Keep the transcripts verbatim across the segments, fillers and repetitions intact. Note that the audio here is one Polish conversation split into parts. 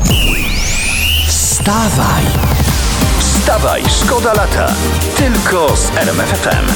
Wstawaj! Wstawaj, szkoda lata. Tylko z R M F F M.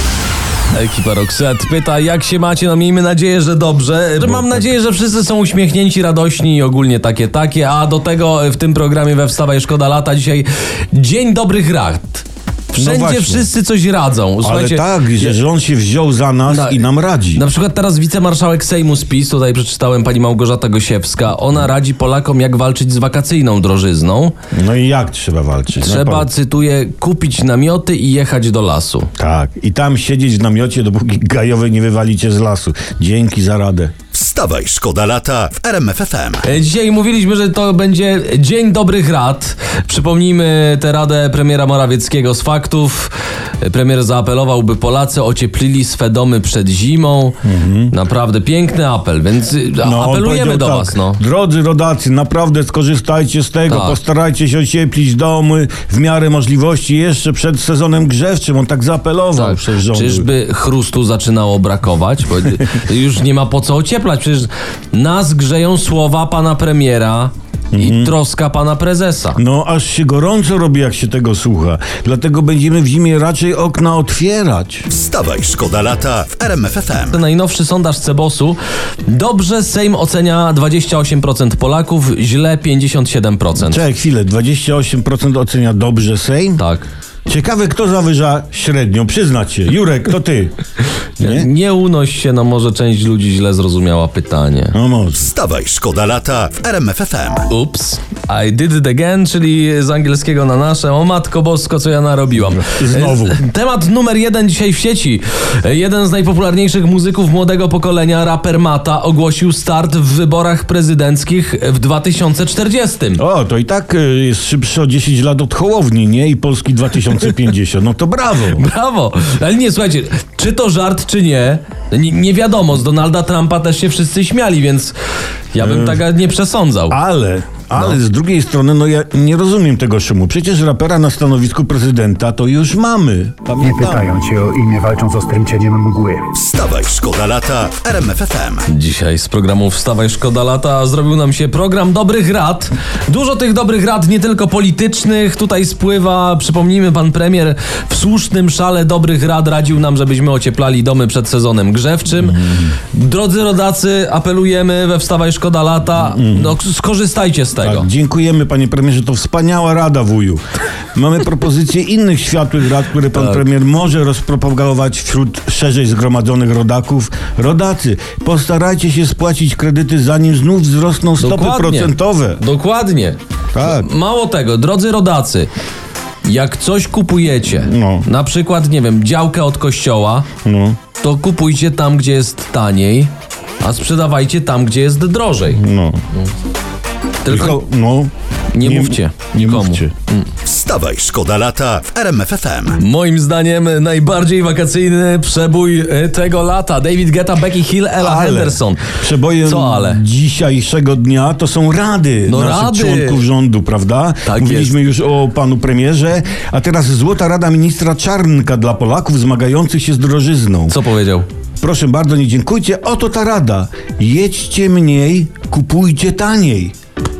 Ekipa Roxette pyta, jak się macie? No miejmy nadzieję, że dobrze. Mam nadzieję, że wszyscy są uśmiechnięci, radośni i ogólnie takie, takie. A do tego w tym programie we Wstawaj Szkoda Lata dzisiaj Dzień Dobrych Rad. Wszędzie no wszyscy coś radzą. Słuchajcie, ale tak, że, że on się wziął za nas na, i nam radzi. Na przykład teraz wicemarszałek Sejmu z PiS, tutaj przeczytałem, pani Małgorzata Gosiewska, ona radzi Polakom, jak walczyć z wakacyjną drożyzną. No i jak trzeba walczyć? Trzeba, no, cytuję, kupić namioty i jechać do lasu. Tak, i tam siedzieć w namiocie, dopóki gajowe nie wywalicie z lasu. Dzięki za radę. Wstawaj, szkoda lata w R M F F M. Dzisiaj mówiliśmy, że to będzie Dzień Dobrych Rad. Przypomnijmy tę radę premiera Morawieckiego z faktów. Premier zaapelował, by Polacy ocieplili swe domy przed zimą. Mhm. Naprawdę piękny apel, więc no, apelujemy do tak, was. No. Drodzy rodacy, naprawdę skorzystajcie z tego. Tak. Postarajcie się ocieplić domy w miarę możliwości jeszcze przed sezonem grzewczym. On tak zaapelował tak. przez rząd. Czyżby chrustu zaczynało brakować? Bo już nie ma po co ocieplać. Przecież nas grzeją słowa pana premiera i mhm. troska pana prezesa. No, aż się gorąco robi, jak się tego słucha. Dlatego będziemy w zimie raczej okna otwierać. Wstawaj, szkoda lata w R M F F M. Najnowszy sondaż Cebosu. Dobrze Sejm ocenia dwadzieścia osiem procent Polaków, źle pięćdziesiąt siedem procent. Czekaj chwilę, dwadzieścia osiem procent ocenia dobrze Sejm? Tak. Ciekawe, kto zawyża średnią, przyznać się. Jurek, to ty. Nie? Nie unoś się, no może część ludzi źle zrozumiała pytanie. No może. Wstawaj, szkoda lata w R M F F M. Ups, I did it again, czyli z angielskiego na nasze. O matko bosko, co ja narobiłam. Znowu. Temat numer jeden dzisiaj w sieci. Jeden z najpopularniejszych muzyków młodego pokolenia, raper Mata, ogłosił start w wyborach prezydenckich w dwa tysiące czterdziestym. O, to i tak jest szybszy o dziesięć lat od Hołowni, nie? I Polski dwa tysiące pięćdziesiąt. No to brawo. Brawo. Ale nie, słuchajcie, czy to żart, czy nie, nie, nie wiadomo. Z Donalda Trumpa też się wszyscy śmiali, więc ja bym tak nie przesądzał. Ale... Ale no. z drugiej strony, no ja nie rozumiem tego szumu. Przecież rapera na stanowisku prezydenta to już mamy. Pamiętam. Nie pytają cię o imię, walcząc z ostrym cieniem mgły. Wstawaj, szkoda lata w R M F F M. Dzisiaj z programu Wstawaj, szkoda lata zrobił nam się program dobrych rad. Dużo tych dobrych rad, nie tylko politycznych, tutaj spływa. Przypomnijmy, pan premier w słusznym szale dobrych rad radził nam, żebyśmy ocieplali domy przed sezonem grzewczym. Mm. Drodzy rodacy, apelujemy we Wstawaj, szkoda lata. Mm. No, skorzystajcie z tego. Tak, dziękujemy, panie premierze, to wspaniała rada, wuju. Mamy propozycje innych światłych rad, które pan tak. premier może rozpropagować wśród szerzej zgromadzonych rodaków. Rodacy, postarajcie się spłacić kredyty, zanim znów wzrosną stopy Dokładnie. procentowe. Dokładnie. Tak. Mało tego, drodzy rodacy, jak coś kupujecie, no. na przykład, nie wiem, działkę od kościoła, no. to kupujcie tam, gdzie jest taniej, a sprzedawajcie tam, gdzie jest drożej. No. no. Tylko no, nie, nie mówcie nie nikomu. Mówcie. Wstawaj, szkoda lata w R M F F M. Moim zdaniem najbardziej wakacyjny przebój tego lata. David Guetta, Becky Hill, Ella ale Henderson. Przebojem Co ale? dzisiejszego dnia to są rady no naszych rady. członków rządu, prawda? Tak Mówiliśmy jest. już o panu premierze, a teraz złota rada ministra Czarnka dla Polaków zmagających się z drożyzną. Co powiedział? Proszę bardzo, nie dziękujcie. Oto ta rada. Jedźcie mniej, kupujcie taniej.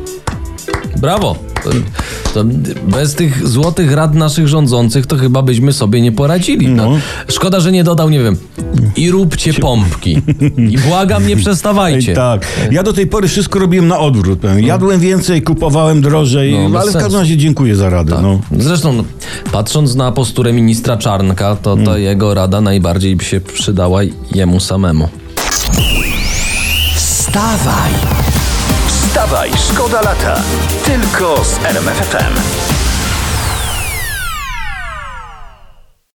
Brawo. To, to bez tych złotych rad naszych rządzących to chyba byśmy sobie nie poradzili. No. No. Szkoda, że nie dodał, nie wiem, i róbcie pompki. I błagam, nie przestawajcie. Ej, tak. Ja do tej pory wszystko robiłem na odwrót. Jadłem więcej, kupowałem drożej, no, ale w każdym razie dziękuję za radę. Tak. No. Zresztą, no, patrząc na posturę ministra Czarnka, to, to hmm. jego rada najbardziej by się przydała jemu samemu. Wstawaj! Wstawaj, szkoda lata. Tylko z R M F F M.